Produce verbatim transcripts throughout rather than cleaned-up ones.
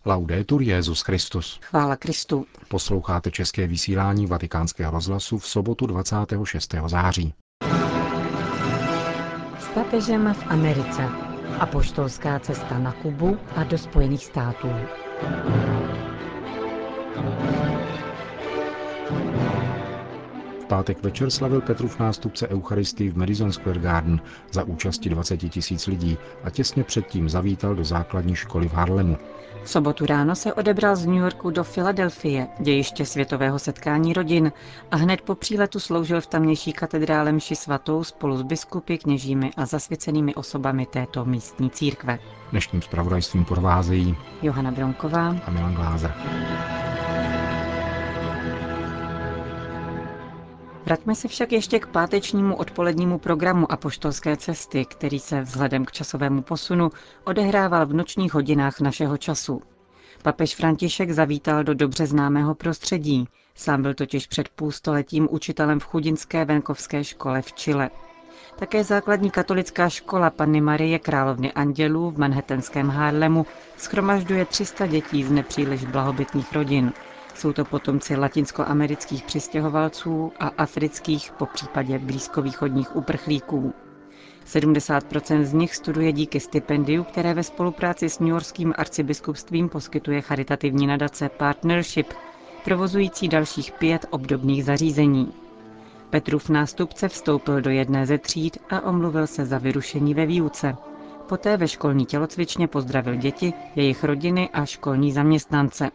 Laudetur Jesus Christus. Chvála Kristu. Posloucháte české vysílání Vatikánského rozhlasu v sobotu dvacátého šestého září. S papežem v Americe. Apoštolská cesta na Kubu a do Spojených států. V pátek večer slavil Petrův nástupce Eucharistii v Madison Square Garden za účasti dvacet tisíc lidí a těsně předtím zavítal do základní školy v Harlemu. V sobotu ráno se odebral z New Yorku do Filadelfie, dějiště světového setkání rodin, a hned po příletu sloužil v tamnější katedrále mši svatou spolu s biskupy, kněžími a zasvěcenými osobami této místní církve. Dnešním zpravodajstvím provázejí Johana Bronková a Milan Glázer. Vraťme se však ještě k pátečnímu odpolednímu programu apoštolské cesty, který se vzhledem k časovému posunu odehrával v nočních hodinách našeho času. Papež František zavítal do dobře známého prostředí, sám byl totiž před půlstoletím učitelem v chudinské venkovské škole v Chile. Také základní katolická škola Panny Marie Královny andělů v manhattanském Harlemu shromažďuje tři sta dětí z nepříliš blahobytných rodin. Jsou to potomci latinskoamerických přistěhovalců a afrických, popřípadě blízkovýchodních uprchlíků. sedmdesát procent z nich studuje díky stipendiu, které ve spolupráci s newyorským arcibiskupstvím poskytuje charitativní nadace Partnership, provozující dalších pět obdobných zařízení. Petrův nástupce vstoupil do jedné ze tříd a omluvil se za vyrušení ve výuce. Poté ve školní tělocvičně pozdravil děti, jejich rodiny a školní zaměstnance.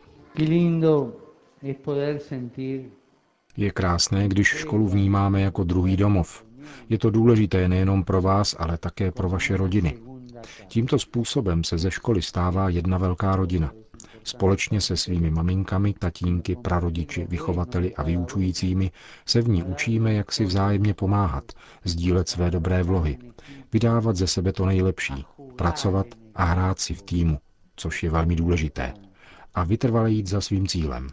Je krásné, když školu vnímáme jako druhý domov. Je to důležité nejenom pro vás, ale také pro vaše rodiny. Tímto způsobem se ze školy stává jedna velká rodina. Společně se svými maminkami, tatínky, prarodiči, vychovateli a vyučujícími se v ní učíme, jak si vzájemně pomáhat, sdílet své dobré vlohy, vydávat ze sebe to nejlepší, pracovat a hrát si v týmu, což je velmi důležité, a vytrvale jít za svým cílem.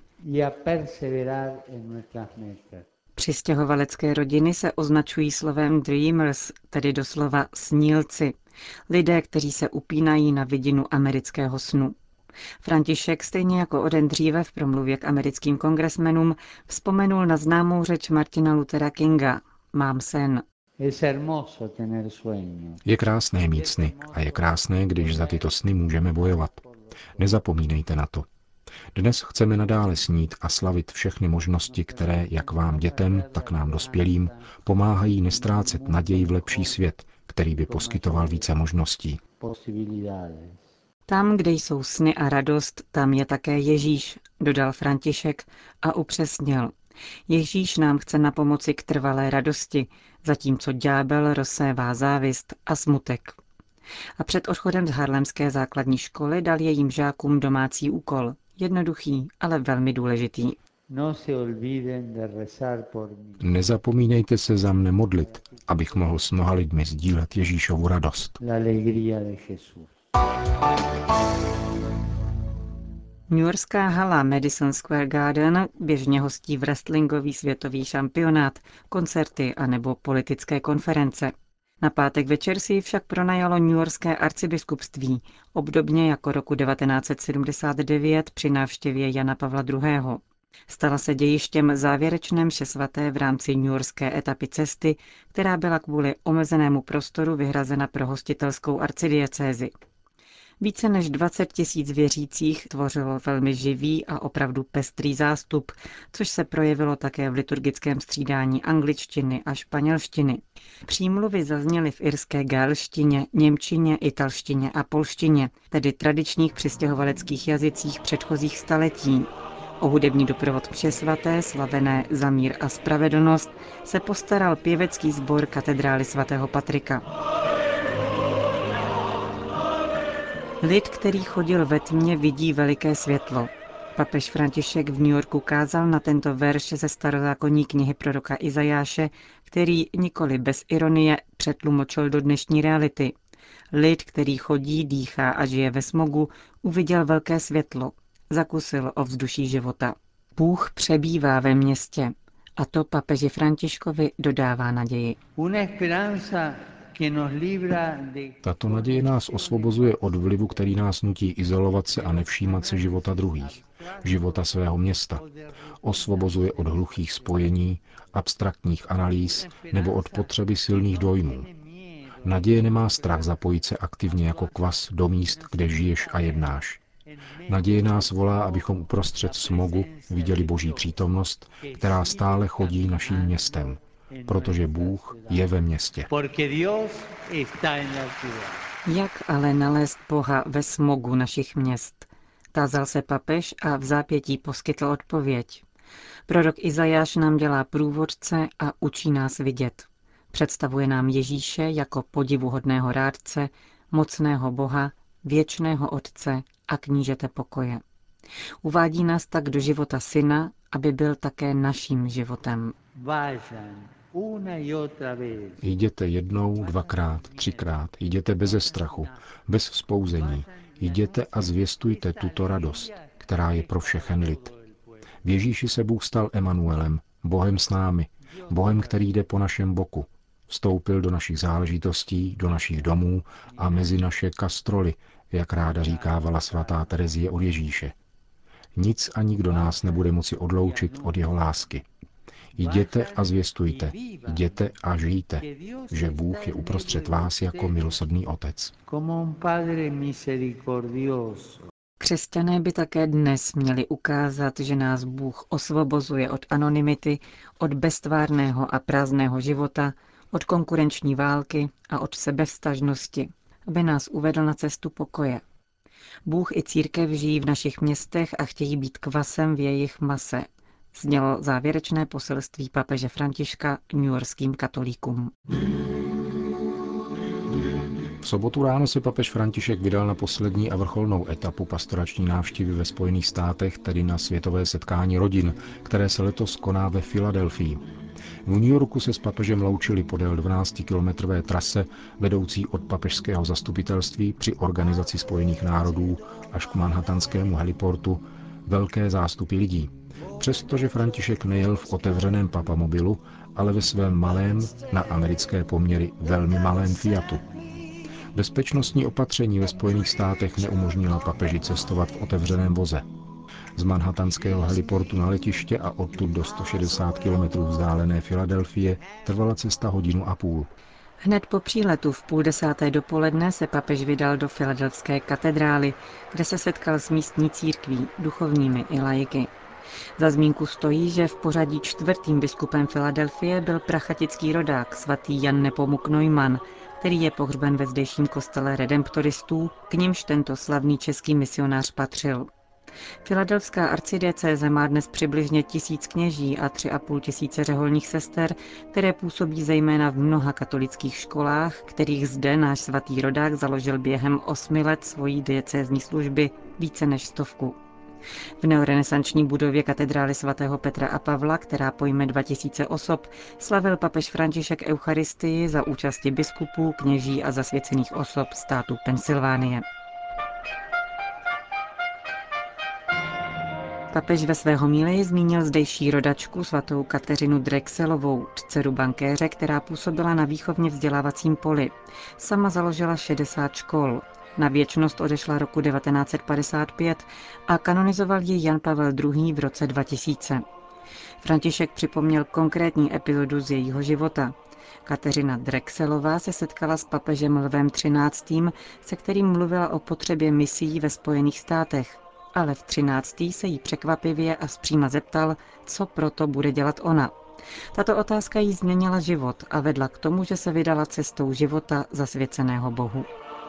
Přistěhovalecké rodiny se označují slovem dreamers, tedy doslova snílci, lidé, kteří se upínají na vidinu amerického snu. František, stejně jako o den dříve v promluvě k americkým kongresmenům, vzpomenul na známou řeč Martina Luthera Kinga Mám sen. Je krásné mít sny a je krásné, když za tyto sny můžeme bojovat. Nezapomínejte na to. Dnes chceme nadále snít a slavit všechny možnosti, které, jak vám dětem, tak nám dospělým, pomáhají nestrácet naději v lepší svět, který by poskytoval více možností. Tam, kde jsou sny a radost, tam je také Ježíš, dodal František a upřesnil. Ježíš nám chce na pomoci k trvalé radosti, zatímco ďábel rozsévá závist a smutek. A před odchodem z harlemské základní školy dal jejím žákům domácí úkol. Jednoduchý, ale velmi důležitý. Nezapomínejte se za mne modlit, abych mohl s mnoha lidmi sdílet Ježíšovu radost. Newyorská hala Madison Square Garden běžně hostí wrestlingový světový šampionát, koncerty anebo politické konference. Na pátek večer si ji však pronajalo newyorské arcibiskupství, obdobně jako roku devatenáct set sedmdesát devět při návštěvě Jana Pavla druhého. Stala se dějištěm závěrečné mše svaté v rámci newyorské etapy cesty, která byla kvůli omezenému prostoru vyhrazena pro hostitelskou arcidiecézi. Více než dvacet tisíc věřících tvořilo velmi živý a opravdu pestrý zástup, což se projevilo také v liturgickém střídání angličtiny a španělštiny. Přímluvy zazněly v irské gálštině, němčině, italštině a polštině, tedy tradičních přistěhovaleckých jazycích předchozích staletí. O hudební doprovod mše svaté, slavené Za mír a spravedlnost, se postaral pěvecký sbor katedrály svatého Patrika. Lid, který chodil ve tmě, vidí veliké světlo. Papež František v New Yorku kázal na tento verš ze starozákonní knihy proroka Izajáše, který nikoli bez ironie přetlumočil do dnešní reality. Lid, který chodí, dýchá a žije ve smogu, uviděl velké světlo, zakusil ovzduší života. Bůh přebývá ve městě a to papeži Františkovi dodává naději. Tato naděje nás osvobozuje od vlivu, který nás nutí izolovat se a nevšímat se života druhých, života svého města. Osvobozuje od hluchých spojení, abstraktních analýz nebo od potřeby silných dojmů. Naděje nemá strach zapojit se aktivně jako kvas do míst, kde žiješ a jednáš. Naděje nás volá, abychom uprostřed smogu viděli Boží přítomnost, která stále chodí naším městem, protože Bůh je ve městě. Jak ale nalézt Boha ve smogu našich měst? Tázal se papež a v zápětí poskytl odpověď. Prorok Izajáš nám dělá průvodce a učí nás vidět. Představuje nám Ježíše jako podivuhodného rádce, mocného Boha, věčného Otce a knížete pokoje. Uvádí nás tak do života Syna, aby byl také naším životem. Jděte jednou, dvakrát, třikrát, jděte beze strachu, bez vzpouzení, jděte a zvěstujte tuto radost, která je pro všechen lid. V Ježíši se Bůh stal Emanuelem, Bohem s námi, Bohem, který jde po našem boku. Vstoupil do našich záležitostí, do našich domů a mezi naše kastroly, jak ráda říkávala svatá Terezie od Ježíše. Nic a nikdo nás nebude moci odloučit od jeho lásky. Jděte a zvěstujte, jděte a žijte, že Bůh je uprostřed vás jako milosrdný Otec. Křesťané by také dnes měli ukázat, že nás Bůh osvobozuje od anonymity, od beztvárného a prázdného života, od konkurenční války a od sebevstažnosti, aby nás uvedl na cestu pokoje. Bůh i církev žijí v našich městech a chtějí být kvasem v jejich mase, znělo závěrečné poselství papeže Františka newyorským katolíkům. V sobotu ráno se papež František vydal na poslední a vrcholnou etapu pastorační návštěvy ve Spojených státech, tedy na světové setkání rodin, které se letos koná ve Filadelfii. V New Yorku se s papežem loučili podél dvanáctikilometrové trase vedoucí od papežského zastupitelství při Organizaci spojených národů až k manhattanskému heliportu velké zástupy lidí. Přestože František nejel v otevřeném papamobilu, ale ve svém malém, na americké poměry velmi malém Fiatu. Bezpečnostní opatření ve Spojených státech neumožnila papeži cestovat v otevřeném voze. Z manhattanského heliportu na letiště a odtud do sto šedesát kilometrů vzdálené Filadelfie trvala cesta hodinu a půl. Hned po příletu v půl desáté dopoledne se papež vydal do filadelfské katedrály, kde se setkal s místní církví, duchovními i laiky. Za zmínku stojí, že v pořadí čtvrtým biskupem Filadelfie byl prachatický rodák svatý Jan Nepomuk Neumann, který je pohřben ve zdejším kostele redemptoristů, k nimž tento slavný český misionář patřil. Filadelfská arcidiecéze má dnes přibližně tisíc kněží a tři a půl tisíce řeholních sester, které působí zejména v mnoha katolických školách, kterých zde náš svatý rodák založil během osmi let svojí diecézní služby více než stovku. V neorenesanční budově katedrály svatého Petra a Pavla, která pojme dva tisíce osob, slavil papež František Eucharistii za účasti biskupů, kněží a zasvěcených osob státu Pensylvánie. Papež ve své homílii zmínil zdejší rodačku svatou Kateřinu Drexelovou, dceru bankéře, která působila na výchovně vzdělávacím poli. Sama založila šedesát škol. Na věčnost odešla roku devatenáct set padesát pět a kanonizoval ji Jan Pavel druhý. V roce dva tisíce. František připomněl konkrétní epizodu z jejího života. Kateřina Drexelová se setkala s papežem Lvem třináctým., se kterým mluvila o potřebě misií ve Spojených státech. Ale v třináctý se jí překvapivě a zpříma zeptal, co proto bude dělat ona. Tato otázka jí změnila život a vedla k tomu, že se vydala cestou života zasvěceného Bohu.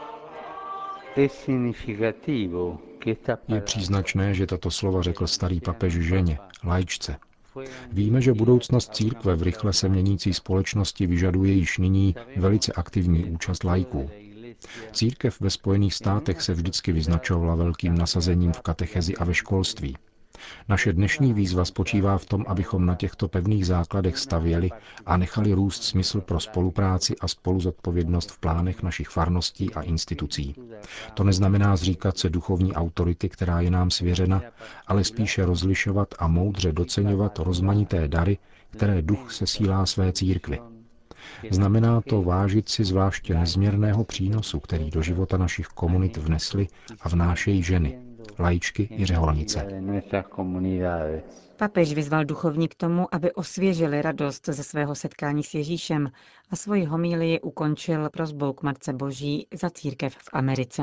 Je příznačné, že tato slova řekl starý papež ženě, laičce. Víme, že budoucnost církve v rychle se měnící společnosti vyžaduje již nyní velice aktivní účast laiků. Církev ve Spojených státech se vždycky vyznačovala velkým nasazením v katechezi a ve školství. Naše dnešní výzva spočívá v tom, abychom na těchto pevných základech stavěli a nechali růst smysl pro spolupráci a spoluzodpovědnost v plánech našich farností a institucí. To neznamená zříkat se duchovní autority, která je nám svěřena, ale spíše rozlišovat a moudře doceňovat rozmanité dary, které duch sesílá své církvi. Znamená to vážit si zvláště nezměrného přínosu, který do života našich komunit vnesly a vnášejí ženy, laičky i řeholnice. Papež vyzval duchovní k tomu, aby osvěžili radost ze svého setkání s Ježíšem a svoji homílii ukončil prosbou k Matce Boží za církev v Americe.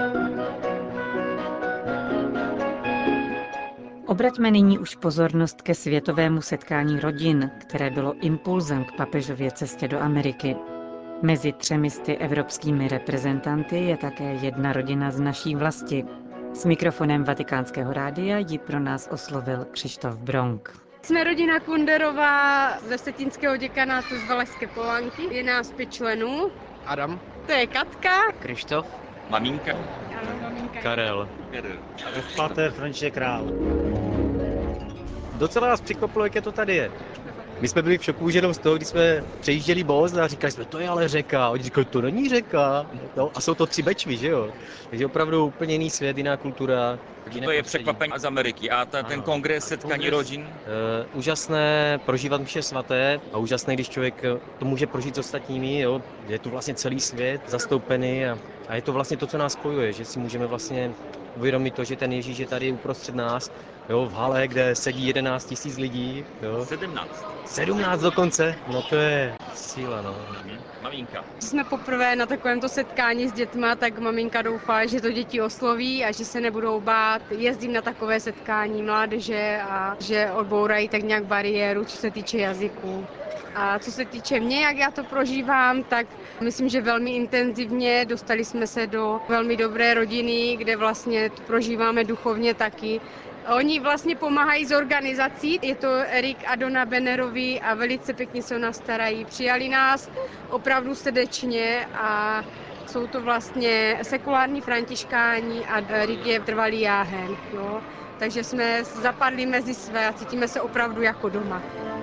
Obraťme nyní už pozornost ke světovému setkání rodin, které bylo impulzem k papežově cestě do Ameriky. Mezi třemi sty evropskými reprezentanty je také jedna rodina z naší vlasti. S mikrofonem Vatikánského rádia ji pro nás oslovil Křištof Bronk. Jsme rodina Kunderová ze Vsetínského děkanátu z Valašské Polanky. Je nás pět členů. Adam. To je Katka. Krištof. Maminka. Ano, maminka. Karel. Pater František Král. Docela nás překvapilo, jak je to tady je. My jsme byli v šoku už jenom z toho, když jsme přejížděli most a říkali jsme, to je ale řeka. A oni říkali, to není řeka. No, a jsou to tři Bečvy, že jo? Takže opravdu úplně jiný svět, jiná kultura. Takže to je překvapení z Ameriky. A ta, ten kongres, setkání kongres, rodin? Uh, úžasné prožívat mše svaté a úžasné, když člověk to může prožít s ostatními. Jo? Je tu vlastně celý svět zastoupený a, a je to vlastně to, co nás spojuje, že si můžeme vlastně uvědomit to, že ten Ježíš je tady uprostřed nás, jo, v hale, kde sedí jedenáct tisíc lidí. Jo. sedmnáct. sedmnáct dokonce, no to je síla, no. Mhm. Maminka. Jsme poprvé na takovémto setkání s dětma, tak maminka doufá, že to děti osloví a že se nebudou bát. Jezdím na takové setkání mládeže a že odbourají tak nějak bariéru, co se týče jazyku. A co se týče mě, jak já to prožívám, tak myslím, že velmi intenzivně. Dostali jsme se do velmi dobré rodiny, kde vlastně to prožíváme duchovně taky. Oni vlastně pomáhají z organizací, je to Erik a Dona Benerovi a velice pěkně se o nás starají. Přijali nás opravdu srdečně a jsou to vlastně sekulární františkáni a Erik je trvalý jáhen. Jo? Takže jsme zapadli mezi své a cítíme se opravdu jako doma.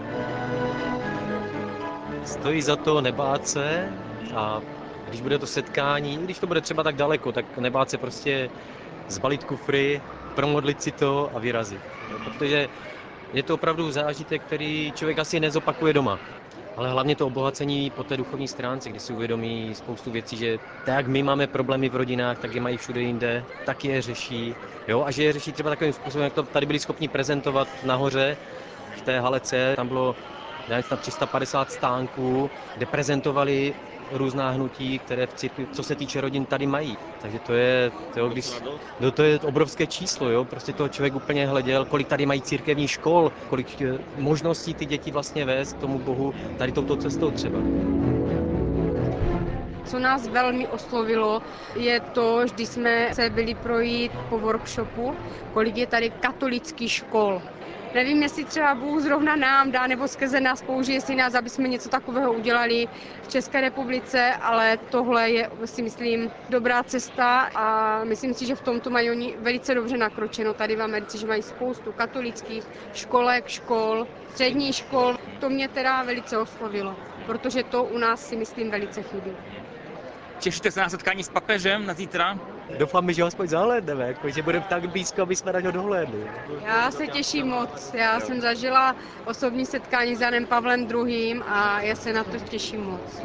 Stojí za to nebát se a když bude to setkání, když to bude třeba tak daleko, tak nebát se prostě zbalit kufry, promodlit si to a vyrazit. Protože je to opravdu zážitek, který člověk asi nezopakuje doma. Ale hlavně to obohacení po té duchovní stránce, kdy si uvědomí spoustu věcí, že tak jak my máme problémy v rodinách, tak je mají všude jinde, tak je řeší. Jo? A že je řeší třeba takovým způsobem, jak to tady byli schopni prezentovat nahoře v té halece. Tam bylo na tři sta padesát stánků, kde prezentovali různá hnutí, které v církvi, co se týče rodin, tady mají. Takže to je, to, když, no to je obrovské číslo, jo? Prostě toho člověk úplně hleděl, kolik tady mají církevních škol, kolik možností ty děti vlastně vést k tomu Bohu tady touto cestou třeba. Co nás velmi oslovilo, je to, když jsme se byli projít po workshopu, kolik je tady katolických škol. Nevím, jestli třeba Bůh zrovna nám dá, nebo skrze nás použije si nás, aby jsme něco takového udělali v České republice, ale tohle je, si myslím, dobrá cesta a myslím si, že v tomto mají oni velice dobře nakročeno tady v Americe, že mají spoustu katolických školek, škol, středních škol. To mě teda velice oslovilo, protože to u nás si myslím velice chybí. Těšíte se na setkání s papežem na zítra? Doufám, že ho aspoň zahlédneme, jako, že budeme tak blízko, aby jsme na něho dohlédli. Já se těším moc. Já jsem zažila osobní setkání s Janem Pavlem druhým. a já se na to těším moc.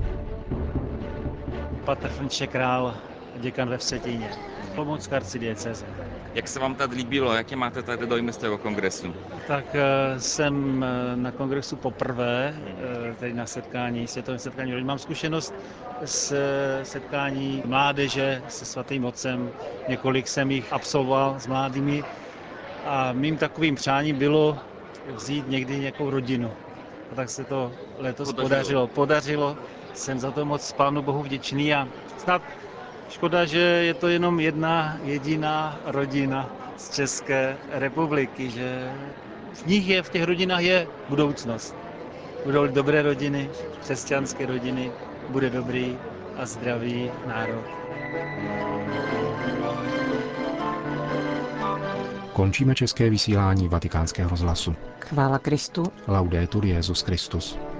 Pater František Král, děkan ve Vsetíně, Olomoucká arcidiecéze. Jak se vám tady líbilo? Jaké máte tady dojmy z toho kongresu? Tak jsem na kongresu poprvé, tedy na setkání, světovém setkání rodin. Mám zkušenost s setkání mládeže se svatým otcem, několik jsem jich absolvoval s mladými a mým takovým přáním bylo vzít někdy nějakou rodinu. A tak se to letos podařilo. podařilo. Podařilo, jsem za to moc Pánu Bohu vděčný a snad škoda, že je to jenom jedna jediná rodina z České republiky, že v nich je, v těch rodinách je budoucnost. Budou dobré rodiny, křesťanské rodiny, bude dobrý a zdravý národ. Končíme české vysílání Vatikánského rozhlasu. Chvála Kristu. Laudetur Jesus Christus.